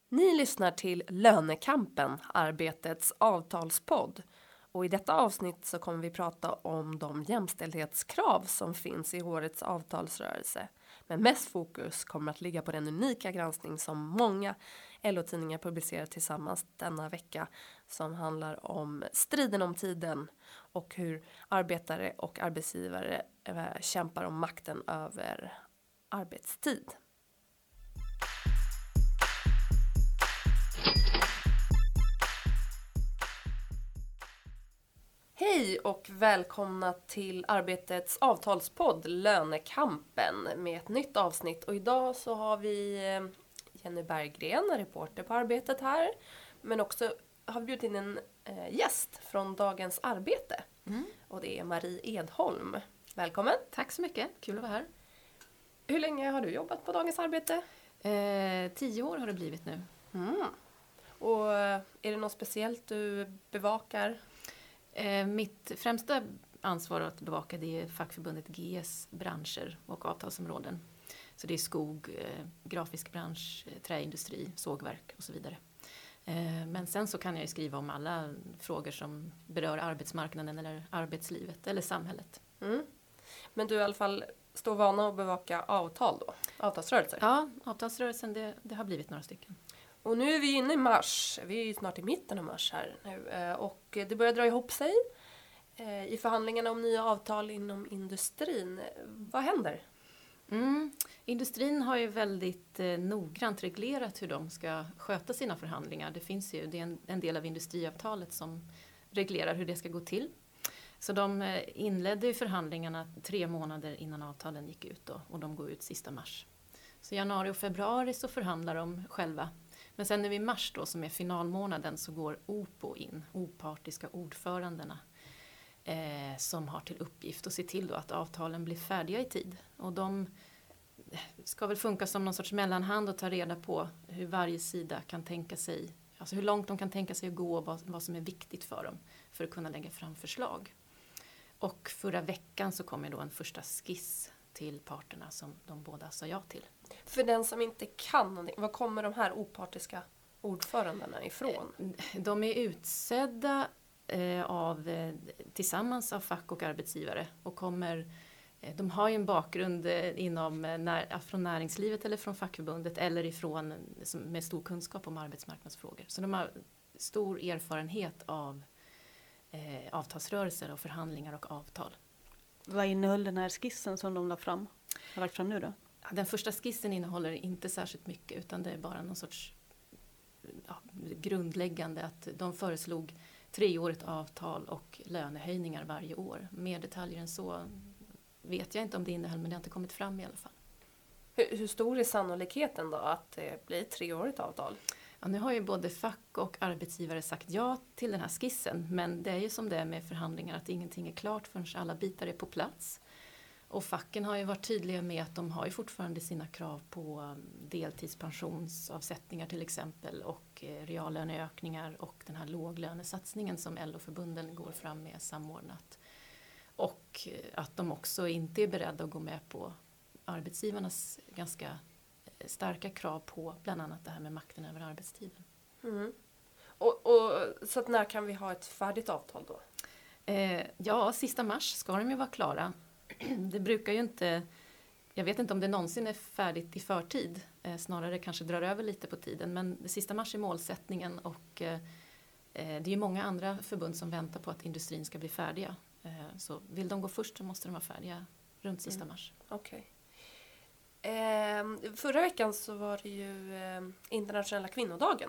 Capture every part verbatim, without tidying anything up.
Ni lyssnar till Lönekampen, Arbetets avtalspodd. Och i detta avsnitt så kommer vi prata om de jämställdhetskrav som finns i årets avtalsrörelse. Men mest fokus kommer att ligga på den unika granskning som många L O-tidningar publicerar tillsammans denna vecka. Som handlar om striden om tiden och hur arbetare och arbetsgivare äh, kämpar om makten över arbetstid. Hej och välkomna till Arbetets avtalspodd Lönekampen med ett nytt avsnitt. Och idag så har vi Jenny Berggren, reporter på Arbetet här. Men också har vi bjudit in en eh, gäst från Dagens Arbete. Mm. Och det är Marie Edholm. Välkommen. Tack så mycket, kul att vara här. Hur länge har du jobbat på Dagens Arbete? Eh, tio år har det blivit nu. Mm. Och är det något speciellt du bevakar? Eh, mitt främsta ansvar att bevaka det är fackförbundet G S branscher och avtalsområden. Så det är skog, eh, grafisk bransch, eh, träindustri, sågverk och så vidare. Eh, men sen så kan jag ju skriva om alla frågor som berör arbetsmarknaden eller arbetslivet eller samhället. Mm. Men du i alla fall står vana att bevaka avtal då? Avtalsrörelser? Ja, avtalsrörelsen det, det har blivit några stycken. Och nu är vi inne i mars, vi är snart i mitten av mars här nu och det börjar dra ihop sig i förhandlingarna om nya avtal inom industrin. Vad händer? Mm. Industrin har ju väldigt eh, noggrant reglerat hur de ska sköta sina förhandlingar. Det finns ju, det är en, en del av industriavtalet som reglerar hur det ska gå till. Så de eh, inledde ju förhandlingarna tre månader innan avtalen gick ut då, och de går ut sista mars. Så januari och februari så förhandlar de själva. Men sen nu i mars då, som är finalmånaden, så går O P O in, opartiska ordförandena, eh, som har till uppgift att se till då att avtalen blir färdiga i tid. Och de ska väl funka som någon sorts mellanhand och ta reda på hur varje sida kan tänka sig, alltså hur långt de kan tänka sig att gå och vad, vad som är viktigt för dem för att kunna lägga fram förslag. Och förra veckan så kom ju då en första skiss till parterna som de båda sa ja till. För den som inte kan, vad kommer de här opartiska ordförandena ifrån? De är utsedda eh, av, eh, tillsammans av fack och arbetsgivare och kommer, eh, de har ju en bakgrund eh, inom, eh, när, från näringslivet eller från fackförbundet eller ifrån, som, med stor kunskap om arbetsmarknadsfrågor. Så de har stor erfarenhet av eh, avtalsrörelser och förhandlingar och avtal. Vad innehöll den här skissen som de la fram, har lagt fram nu då? Den första skissen innehåller inte särskilt mycket, utan det är bara någon sorts ja, grundläggande att de föreslog treårigt avtal och lönehöjningar varje år. Mer detaljer än så vet jag inte om det innehöll, men det har inte kommit fram i alla fall. Hur, hur stor är sannolikheten då att det blir ett treårigt avtal? Ja, nu har ju både fack och arbetsgivare sagt ja till den här skissen, men det är ju som det är med förhandlingar att ingenting är klart förrän alla bitar är på plats. Och facken har ju varit tydliga med att de har ju fortfarande sina krav på deltidspensionsavsättningar till exempel och reallöneökningar och den här låglönesatsningen som L O-förbunden går fram med samordnat. Och att de också inte är beredda att gå med på arbetsgivarnas ganska starka krav på bland annat det här med makten över arbetstiden. Mm. Och, och, så att när kan vi ha ett färdigt avtal då? Eh, ja, sista mars ska de ju vara klara. Det brukar ju inte, jag vet inte om det någonsin är färdigt i förtid, eh, snarare kanske drar över lite på tiden, men det sista mars är målsättningen och eh, det är ju många andra förbund som väntar på att industrin ska bli färdiga. Eh, så vill de gå först så måste de vara färdiga runt sista mm. mars. Okej. Okay. Eh, förra veckan så var det ju eh, internationella kvinnodagen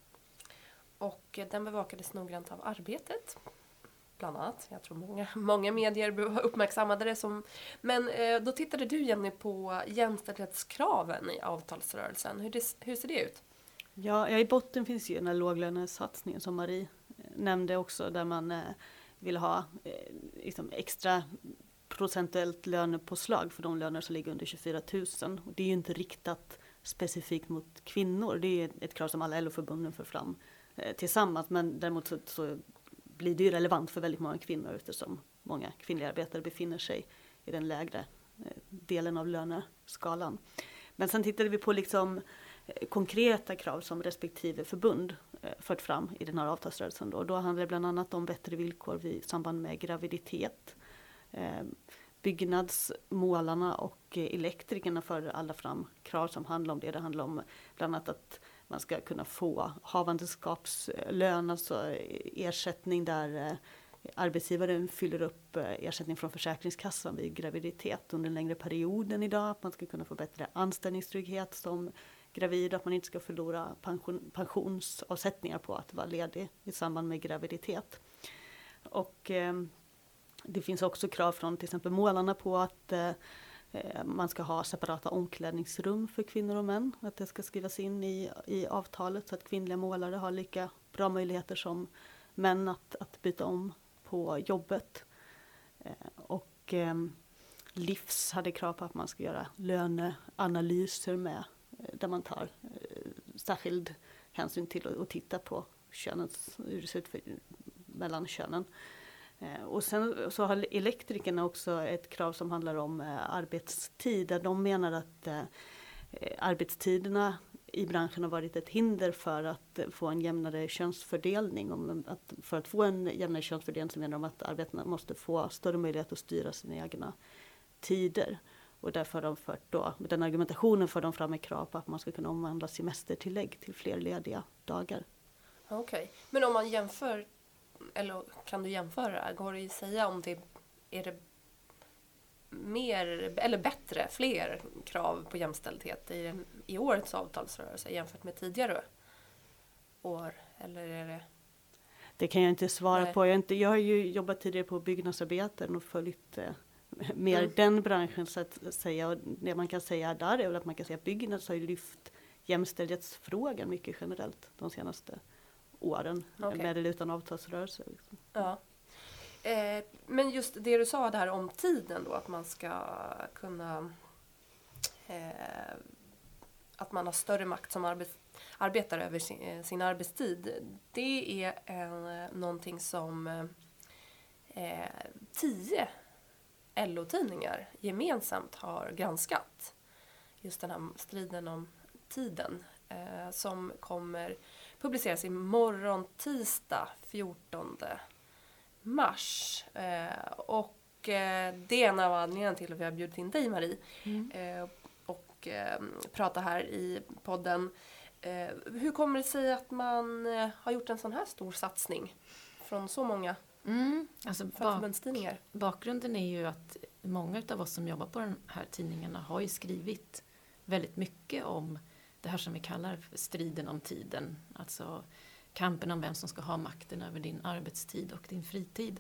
och eh, den bevakades noggrant av Arbetet. Bland annat. Jag tror många, många medier uppmärksammade det som. Men eh, då tittade du, Jenny, på jämställdhetskraven i avtalsrörelsen. Hur, det, hur ser det ut? Ja, ja, i botten finns ju den här låglönesatsningen som Marie eh, nämnde också, där man eh, vill ha eh, liksom extra procentuellt lönepåslag för de löner som ligger under tjugofyra tusen. Och det är ju inte riktat specifikt mot kvinnor. Det är ett krav som alla L O-förbunden för fram eh, tillsammans, men däremot så, så blir det ju relevant för väldigt många kvinnor eftersom många kvinnliga arbetare befinner sig i den lägre delen av löneskalan. Men sen tittade vi på liksom konkreta krav som respektive förbund fört fram i den här avtalsrörelsen. Då, då handlar det bland annat om bättre villkor i samband med graviditet. Byggnadsmålarna och elektrikerna för alla fram krav som handlar om det. Det handlar om bland annat att man ska kunna få havandeskapslön, alltså ersättning där arbetsgivaren fyller upp ersättning från Försäkringskassan vid graviditet under en längre period än idag. Att man ska kunna få bättre anställningstrygghet som gravid, att man inte ska förlora pension, pensionsavsättningar på att vara ledig i samband med graviditet. Och eh, det finns också krav från till exempel målarna på att eh, man ska ha separata omklädningsrum för kvinnor och män. Att det ska skrivas in i, i avtalet så att kvinnliga målare har lika bra möjligheter som män att, att byta om på jobbet. Eh, och eh, Livs hade krav på att man ska göra löneanalyser med, där man tar eh, särskild hänsyn till och, och titta på könens, hur det ser ut för, mellan könen. Eh, och sen så har elektrikerna också ett krav som handlar om eh, arbetstid. Där de menar att eh, arbetstiderna i branschen har varit ett hinder för att få en jämnare könsfördelning. Om att, för att få en jämnare könsfördelning så menar de att arbetarna måste få större möjlighet att styra sina egna tider. Och därför har de fört då, med den argumentationen för de fram ett krav på att man ska kunna omvandla semestertillägg till fler lediga dagar. Okej, okay. Men om man jämför, eller kan du jämföra, går det att säga om det är det mer eller bättre, fler krav på jämställdhet i, i årets avtalsrörelse jämfört med tidigare år? Eller är det... Det kan jag inte svara Nej. på. Jag, inte, jag har ju jobbat tidigare på byggnadsarbeten och följt eh, mer mm. den branschen så att säga. Och det man kan säga där är att man kan säga att Byggnads har ju lyft jämställdhetsfrågan mycket generellt de senaste åren. Okay. Med eller utan avtalsrörelse. Liksom. Ja. Eh, men just det du sa där om tiden då, att man ska kunna eh, att man har större makt som arbets, arbetar över sin, sin arbetstid. Det är eh, någonting som eh, tio L O-tidningar gemensamt har granskat. Just den här striden om tiden eh, som kommer publiceras imorgon tisdag fjortonde mars. Eh, och eh, det är en av anledningarna till att vi har bjudit in dig, Marie. Mm. Eh, och eh, prata här i podden. Eh, hur kommer det sig att man eh, har gjort en sån här stor satsning från så många mm. alltså fackförbundstidningar? Bak- bakgrunden är ju att många av oss som jobbar på de här tidningarna har ju skrivit väldigt mycket om det här som vi kallar striden om tiden. Alltså kampen om vem som ska ha makten över din arbetstid och din fritid.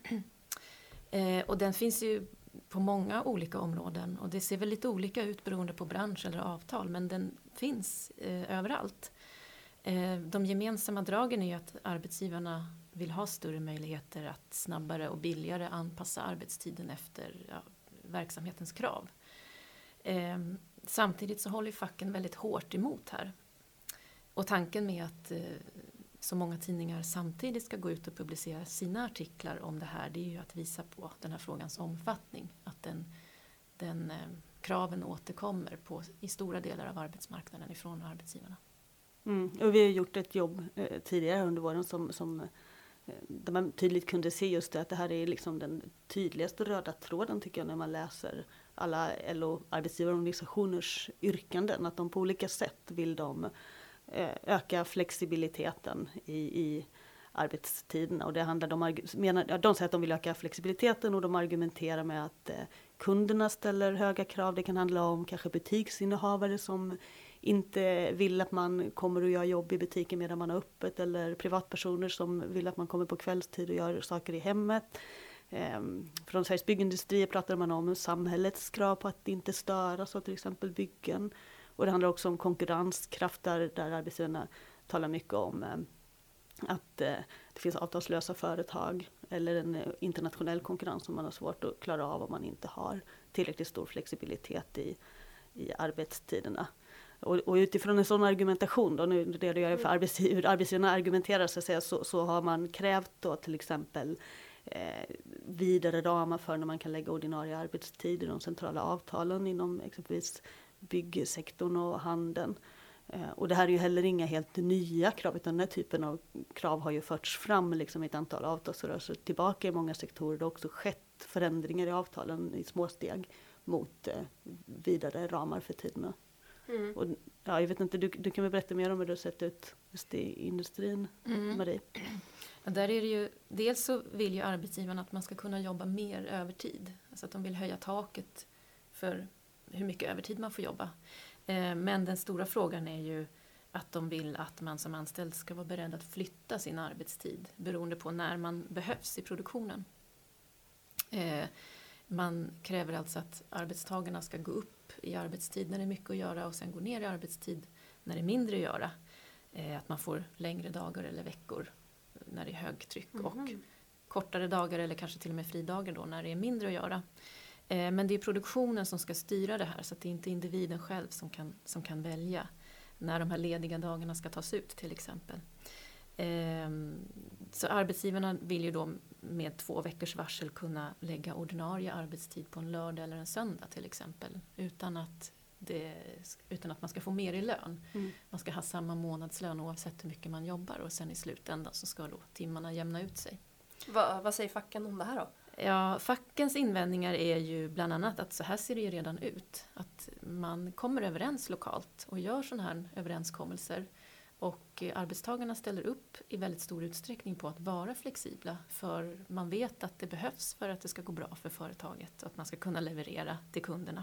eh, och den finns ju på många olika områden. Och det ser väl lite olika ut beroende på bransch eller avtal. Men den finns eh, överallt. Eh, de gemensamma dragen är ju att arbetsgivarna vill ha större möjligheter att snabbare och billigare anpassa arbetstiden efter ja, verksamhetens krav. Eh, samtidigt så håller facken väldigt hårt emot här. Och tanken med att eh, så många tidningar samtidigt ska gå ut och publicera sina artiklar om det här, det är ju att visa på den här frågans omfattning. Att den, den eh, kraven återkommer på, i stora delar av arbetsmarknaden ifrån arbetsgivarna. Mm. Och vi har gjort ett jobb eh, tidigare under våren som, som eh, där man tydligt kunde se just det, att det här är liksom den tydligaste röda tråden tycker jag när man läser alla L O-arbetsgivarorganisationers yrkanden. Att de på olika sätt vill de öka flexibiliteten i, i arbetstiderna. Och det handlar om, menar, de säger att de vill öka flexibiliteten och de argumenterar med att eh, kunderna ställer höga krav. Det kan handla om kanske butiksinnehavare som inte vill att man kommer och gör jobb i butiken medan man har öppet, eller privatpersoner som vill att man kommer på kvällstid och gör saker i hemmet. Eh, från Sveriges byggindustrier pratar man om samhällets krav på att inte störa, så till exempel byggen. Och det handlar också om konkurrenskraft där, där arbetsgivarna talar mycket om eh, att eh, det finns avtalslösa företag eller en eh, internationell konkurrens som man har svårt att klara av om man inte har tillräckligt stor flexibilitet i, i arbetstiderna. Och, och utifrån en sån argumentation, då, nu det du gör för arbetsgiv, hur arbetsgivarna argumenterar så, säga, så, så har man krävt då till exempel eh, vidare ramar för när man kan lägga ordinarie arbetstid i de centrala avtalen inom exempelvis byggsektorn och handeln. Och det här är ju heller inga helt nya krav, utan den här typen av krav har ju förts fram liksom i ett antal avtalsrörelser tillbaka i många sektorer. Det har också skett förändringar i avtalen i små steg mot eh, vidare ramar för tiderna. Mm. Och, ja, jag vet inte, du, du kan väl berätta mer om hur det har sett ut just i industrin, mm. Marie? Ja, där är det ju, dels så vill ju arbetsgivarna att man ska kunna jobba mer övertid. Alltså att de vill höja taket för hur mycket övertid man får jobba. Men den stora frågan är ju att de vill att man som anställd ska vara beredd att flytta sin arbetstid beroende på när man behövs i produktionen. Man kräver alltså att arbetstagarna ska gå upp i arbetstid när det är mycket att göra och sen gå ner i arbetstid när det är mindre att göra. Att man får längre dagar eller veckor när det är högtryck mm. och kortare dagar eller kanske till och med fridagar då när det är mindre att göra. Men det är produktionen som ska styra det här så att det inte är individen själv som kan, som kan välja när de här lediga dagarna ska tas ut till exempel. Så arbetsgivarna vill ju då med två veckors varsel kunna lägga ordinarie arbetstid på en lördag eller en söndag till exempel utan att, det, utan att man ska få mer i lön. Mm. Man ska ha samma månadslön oavsett hur mycket man jobbar och sen i slutändan så ska då timmarna jämna ut sig. Va, vad säger facken om det här då? Ja, fackens invändningar är ju bland annat att så här ser det ju redan ut. Att man kommer överens lokalt och gör sådana här överenskommelser. Och arbetstagarna ställer upp i väldigt stor utsträckning på att vara flexibla. För man vet att det behövs för att det ska gå bra för företaget. Och att man ska kunna leverera till kunderna.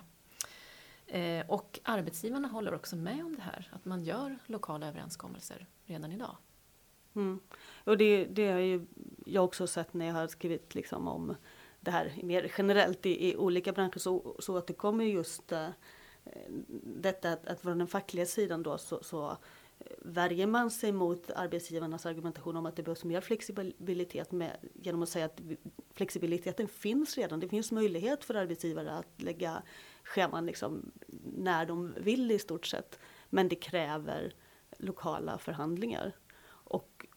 Eh, och arbetsgivarna håller också med om det här. Att man gör lokala överenskommelser redan idag. Mm. Och det, det har ju jag också sett när jag har skrivit liksom om det här mer generellt i, i olika branscher så, så att det kommer just äh, detta att, att från den fackliga sidan då så, så värjer man sig mot arbetsgivarnas argumentation om att det behövs mer flexibilitet med, genom att säga att flexibiliteten finns redan. Det finns möjlighet för arbetsgivare att lägga scheman liksom när de vill i stort sett. Men det kräver lokala förhandlingar. Och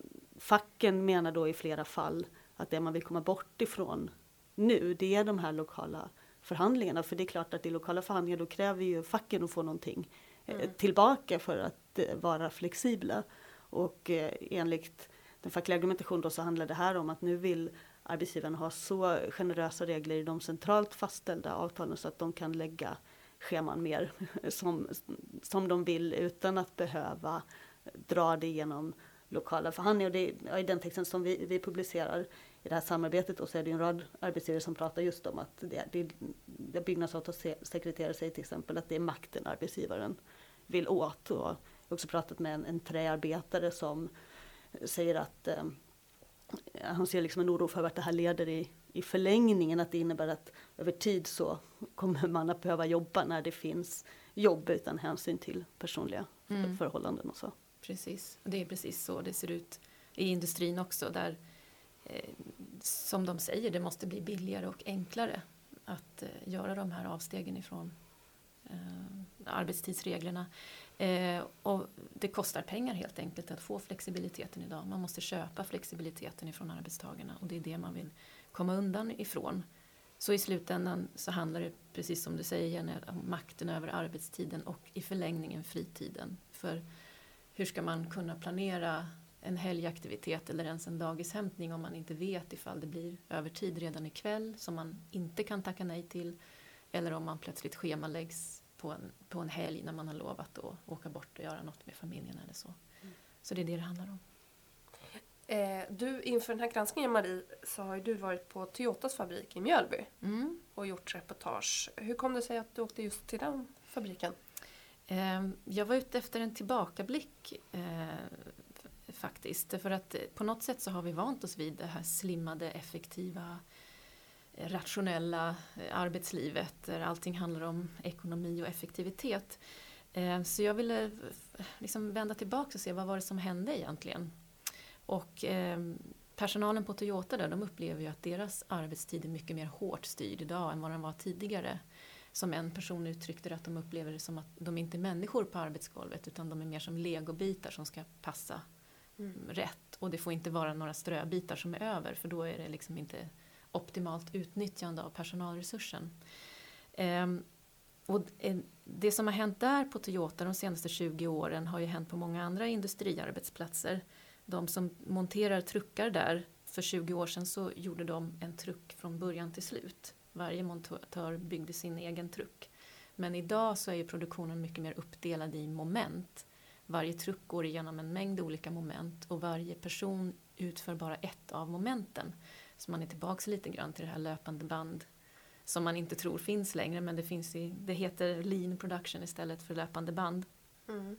facken menar då i flera fall att det man vill komma bort ifrån nu, det är de här lokala förhandlingarna. För det är klart att i lokala förhandlingar då kräver ju facken att få någonting mm. tillbaka för att eh, vara flexibla. Och eh, enligt den fackliga argumentationen då så handlar det här om att nu vill arbetsgivarna ha så generösa regler i de centralt fastställda avtalen så att de kan lägga scheman mer som, som de vill utan att behöva dra det genom lokala förhandlingar. Och det, ja, i den texten som vi, vi publicerar i det här samarbetet då, så är det en rad arbetsgivare som pratar just om att det, det, det byggnadsavtalssekreterare säger till exempel att det är makten arbetsgivaren vill åt. Och jag har också pratat med en, en träarbetare som säger att eh, han ser liksom en oro för att det här leder i, i förlängningen, att det innebär att över tid så kommer man att behöva jobba när det finns jobb utan hänsyn till personliga mm. förhållanden och så. Precis, det är precis så det ser ut i industrin också där eh, som de säger det måste bli billigare och enklare att eh, göra de här avstegen ifrån eh, arbetstidsreglerna. Eh, och det kostar pengar helt enkelt att få flexibiliteten idag. Man måste köpa flexibiliteten ifrån arbetstagarna och det är det man vill komma undan ifrån. Så i slutändan så handlar det precis som du säger Jenny om makten över arbetstiden och i förlängningen fritiden. För hur ska man kunna planera en helgaktivitet eller ens en dagishämtning om man inte vet ifall det blir övertid redan ikväll som man inte kan tacka nej till eller om man plötsligt schemaläggs på en, på en helg när man har lovat att åka bort och göra något med familjen eller så. Mm. Så det är det det handlar om. Eh, du, inför den här granskningen Marie så har ju du varit på Toyotas fabrik i Mjölby mm. och gjort reportage. Hur kom det sig att du åkte just till den fabriken? Jag var ute efter en tillbakablick eh, faktiskt. För att på något sätt så har vi vant oss vid det här slimmade, effektiva, rationella arbetslivet. Där allting handlar om ekonomi och effektivitet. Eh, så jag ville liksom vända tillbaka och se vad var det som hände egentligen. Och eh, personalen på Toyota där, de upplever ju att deras arbetstid är mycket mer hårt styrd idag än vad den var tidigare. Som en person uttryckte det att de upplever det som att de inte är människor på arbetsgolvet utan de är mer som legobitar som ska passa mm. rätt. Och det får inte vara några ströbitar som är över för då är det liksom inte optimalt utnyttjande av personalresursen. Ehm, och det som har hänt där på Toyota de senaste tjugo åren har ju hänt på många andra industriarbetsplatser. De som monterar truckar där, för tjugo år sedan så gjorde de en truck från början till slut. Varje montör byggde sin egen truck. Men idag så är ju produktionen mycket mer uppdelad i moment. Varje truck går igenom en mängd olika moment och varje person utför bara ett av momenten. Så man är tillbaka lite grann till det här löpande band som man inte tror finns längre, men det finns i, det heter lean production istället för löpande band. Mm.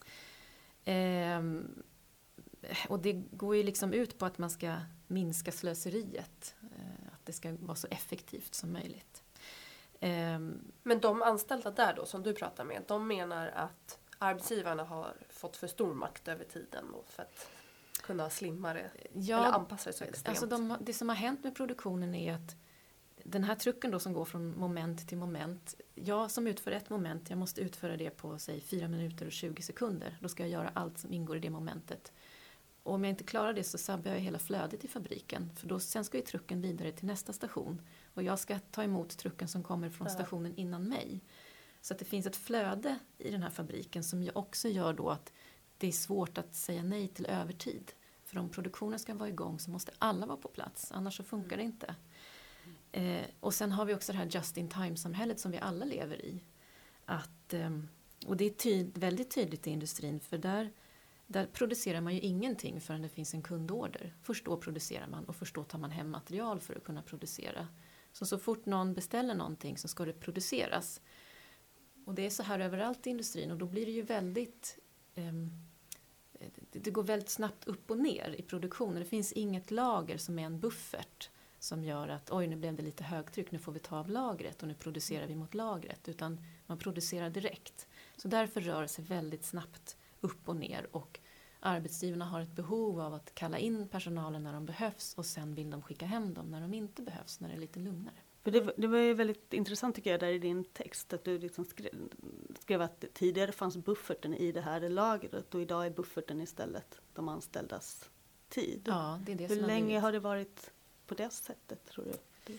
Ehm, och det går ju liksom ut på att man ska minska slöseriet, att det ska vara så effektivt som möjligt. Ehm, men de anställda där då som du pratar med, de menar att arbetsgivarna har fått för stor makt över tiden och för att kunna slimma det ja, eller anpassa det så extremt. Alltså de, det som har hänt med produktionen är att den här trucken då som går från moment till moment, jag som utför ett moment, jag måste utföra det på säg fyra minuter och tjugo sekunder. Då ska jag göra allt som ingår i det momentet. Och om jag inte klarar det så sabbar jag hela flödet i fabriken. För då, sen ska ju trucken vidare till nästa station. Och jag ska ta emot trucken som kommer från stationen innan mig. Så att det finns ett flöde i den här fabriken som också gör då att det är svårt att säga nej till övertid. För om produktionen ska vara igång så måste alla vara på plats, annars så funkar det inte. Eh, och sen har vi också det här just-in-time-samhället som vi alla lever i. Att, eh, och det är tyd- väldigt tydligt i industrin, för där, där producerar man ju ingenting förrän det finns en kundorder. Först då producerar man och först då tar man hem material för att kunna producera. Så så fort någon beställer någonting så ska det produceras. Och det är så här överallt i industrin och då blir det ju väldigt... Eh, det går väldigt snabbt upp och ner i produktionen. Det finns inget lager som är en buffert som gör att oj, nu blev det lite högtryck, nu får vi ta av lagret och nu producerar vi mot lagret, utan man producerar direkt. Så därför rör det sig väldigt snabbt upp och ner och arbetsgivarna har ett behov av att kalla in personalen när de behövs och sen vill de skicka hem dem när de inte behövs, när det är lite lugnare. För det, det var ju väldigt intressant tycker jag där i din text att du liksom skrev, skrev att tidigare fanns bufferten i det här lagret och idag är bufferten istället de anställdas tid. Ja, det är det Hur som länge har, har det varit på det sättet tror du?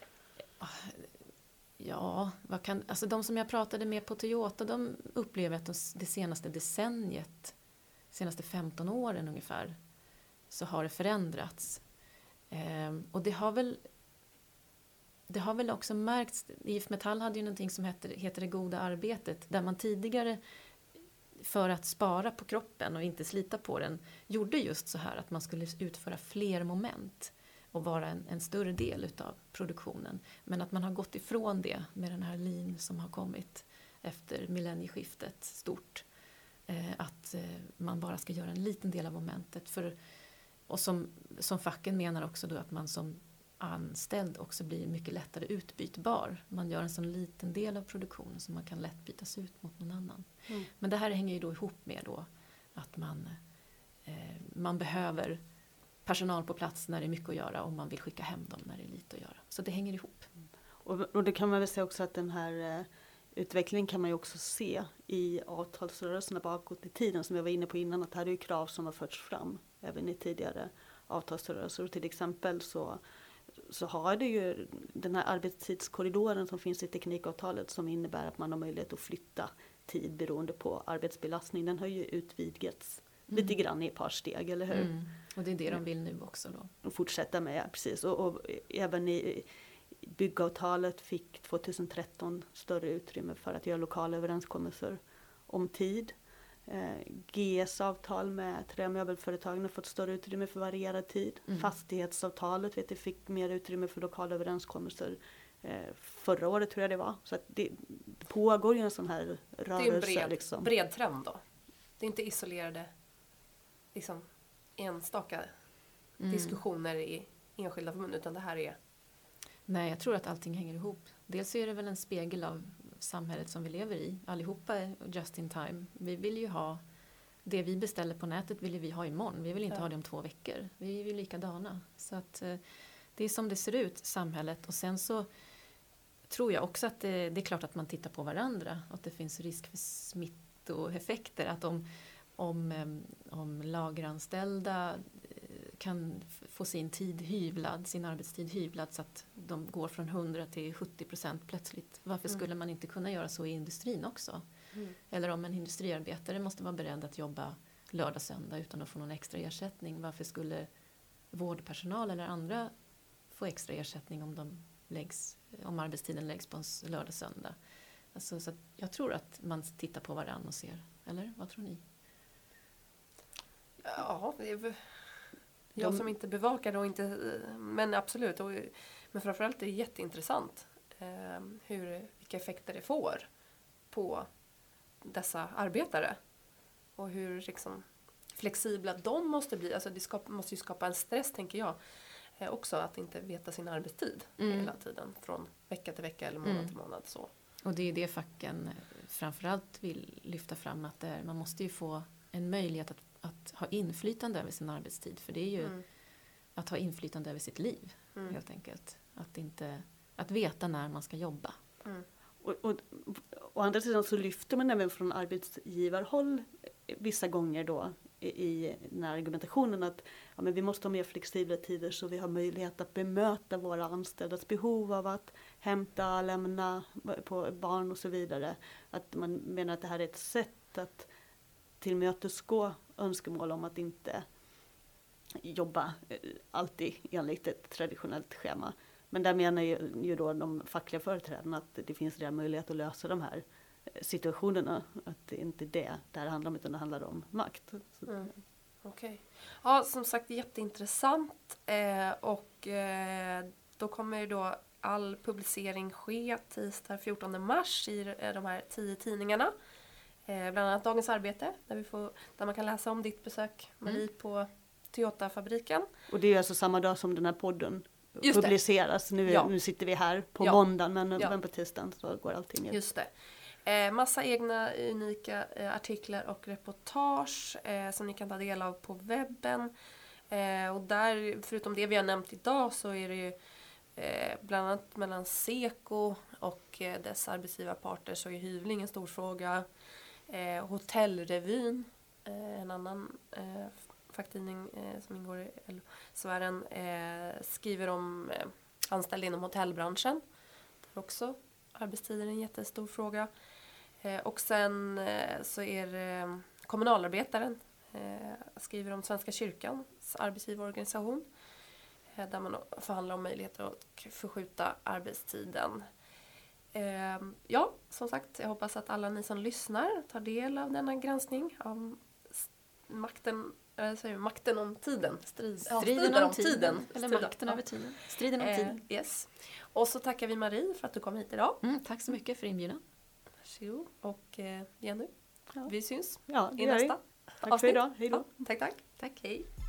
Ja, vad kan, alltså de som jag pratade med på Toyota, de upplever att de, det senaste decenniet, senaste femton åren ungefär, så har det förändrats. Ehm, och det har väl det har väl också märkts, I F Metall hade ju någonting som heter, heter det goda arbetet, där man tidigare för att spara på kroppen och inte slita på den gjorde just så här att man skulle utföra fler moment och vara en, en större del utav produktionen. Men att man har gått ifrån det med den här lean som har kommit efter millennieskiftet stort. Eh, att eh, man bara ska göra en liten del av momentet. För, och som, som facken menar också då att man som anställd också blir mycket lättare utbytbar. Man gör en sån liten del av produktionen som man kan lätt bytas ut mot någon annan. Mm. Men det här hänger ju då ihop med då att man, eh, man behöver personal på plats när det är mycket att göra och man vill skicka hem dem när det är lite att göra. Så det hänger ihop. Och, och det kan man väl säga också att den här eh, utvecklingen kan man ju också se i avtalsrörelserna bakåt i tiden som jag var inne på innan, att det här är ju krav som har förts fram även i tidigare avtalsrörelser. Och till exempel så så har det ju den här arbetstidskorridoren som finns i teknikavtalet som innebär att man har möjlighet att flytta tid beroende på arbetsbelastning. Den har ju utvidgats mm. lite grann i ett par steg, eller hur? Mm. Och det är det de vill nu också då. Och fortsätta med, ja, precis. Och, och även i byggavtalet fick tjugohundratretton större utrymme för att göra lokala överenskommelser om tid. G S-avtal med trämöbelföretagen har fått större utrymme för varierad tid. Mm. Fastighetsavtalet vet jag, fick mer utrymme för lokala överenskommelser eh, förra året tror jag det var. Så att det, det pågår ju en sån här rörelse. Det är en bred, liksom. bred trend då. Det är inte isolerade liksom, enstaka mm. diskussioner i enskilda förbund, utan det här är... Nej, jag tror att allting hänger ihop. Dels är det väl en spegel av samhället som vi lever i. Allihopa är just in time. Vi vill ju ha det vi beställer på nätet vill vi ha imorgon. Vi vill inte ja. ha det om två veckor. Vi är ju likadana. Så att eh, det är som det ser ut, samhället. Och sen så tror jag också att det, det är klart att man tittar på varandra. Att det finns risk för smittoeffekter. Att om, om, om lageranställda kan få sin tid hyvlad, sin arbetstid hyvlad så att de går från hundra till sjuttio procent plötsligt. Varför Mm. skulle man inte kunna göra så i industrin också? Mm. Eller om en industriarbetare måste vara beredd att jobba lördag söndag utan att få någon extra ersättning. Varför skulle vårdpersonal eller andra få extra ersättning om, de läggs, om arbetstiden läggs på en lördag söndag? Alltså, så att jag tror att man tittar på varann och ser. Eller vad tror ni? Ja, det är väl- jag De- som inte bevakar det och inte, men absolut. Och, men framförallt är det jätteintressant eh, hur, vilka effekter det får på dessa arbetare. Och hur liksom, flexibla de måste bli. Alltså det skap, måste ju skapa en stress, tänker jag. Eh, också att inte veta sin arbetstid Mm. hela tiden. Från vecka till vecka eller månad Mm. till månad. Så. Och det är det facken framförallt vill lyfta fram. Att det är, man måste ju få en möjlighet att, att ha inflytande över sin arbetstid. För det är ju Mm. att ha inflytande över sitt liv Mm. helt enkelt. Att, inte, att veta när man ska jobba. Mm. Och, och, å andra sidan så lyfter man även från arbetsgivarhåll vissa gånger då i, i den här argumentationen att ja, men vi måste ha mer flexibla tider så vi har möjlighet att bemöta våra anställdas behov av att hämta, lämna på barn och så vidare. Att man menar att det här är ett sätt att tillmötesgå önskemål om att inte jobba eh, alltid enligt ett traditionellt schema. Men där menar ju, ju då de fackliga företrädarna att det finns redan möjlighet att lösa de här eh, situationerna. Att det inte är det det här handlar om, utan det handlar om makt. Så, Mm. Okej. Ja, som sagt jätteintressant. Eh, och eh, då kommer ju då all publicering ske tisdag fjortonde mars i eh, de här tio tidningarna. Eh, bland annat Dagens Arbete, där, vi får, där man kan läsa om ditt besök, Marie, Mm. på Toyota-fabriken. Och det är alltså samma dag som den här podden Just det. publiceras. Nu, Ja. nu sitter vi här på Ja. måndagen, men, Ja. men på tisdagen så går allting ner. Just det. Eh, massa egna unika eh, artiklar och reportage eh, som ni kan ta del av på webben. Eh, och där, förutom det vi har nämnt idag, så är det ju eh, bland annat mellan Seko och eh, dess arbetsgivarparter så är hyvling en stor fråga. Eh, Hotellrevyn, eh, en annan eh, facktidning eh, som ingår i L-sfären, eh, skriver om eh, anställda inom hotellbranschen. Där också arbetstider är en jättestor fråga. Eh, och sen eh, så är det Kommunalarbetaren eh, skriver om Svenska kyrkans arbetsgivarorganisation. Eh, där man förhandlar om möjligheter att förskjuta arbetstiden. Eh, ja, som sagt, jag hoppas att alla ni som lyssnar tar del av denna granskning av s- makten, äh, säger vi, makten om tiden. Strid, ja, Striden om tiden. tiden. Eller Striden, makten ja. över tiden. Striden om Eh, tiden. yes. Och så tackar vi Marie för att du kom hit idag. Mm, tack så mycket för inbjudan. Varsågod. Och eh, Jenny, Ja. vi syns Ja, det i gör vi. nästa Tack för avsnitt. idag. Hej då. Ja, tack, tack. Tack. Hej.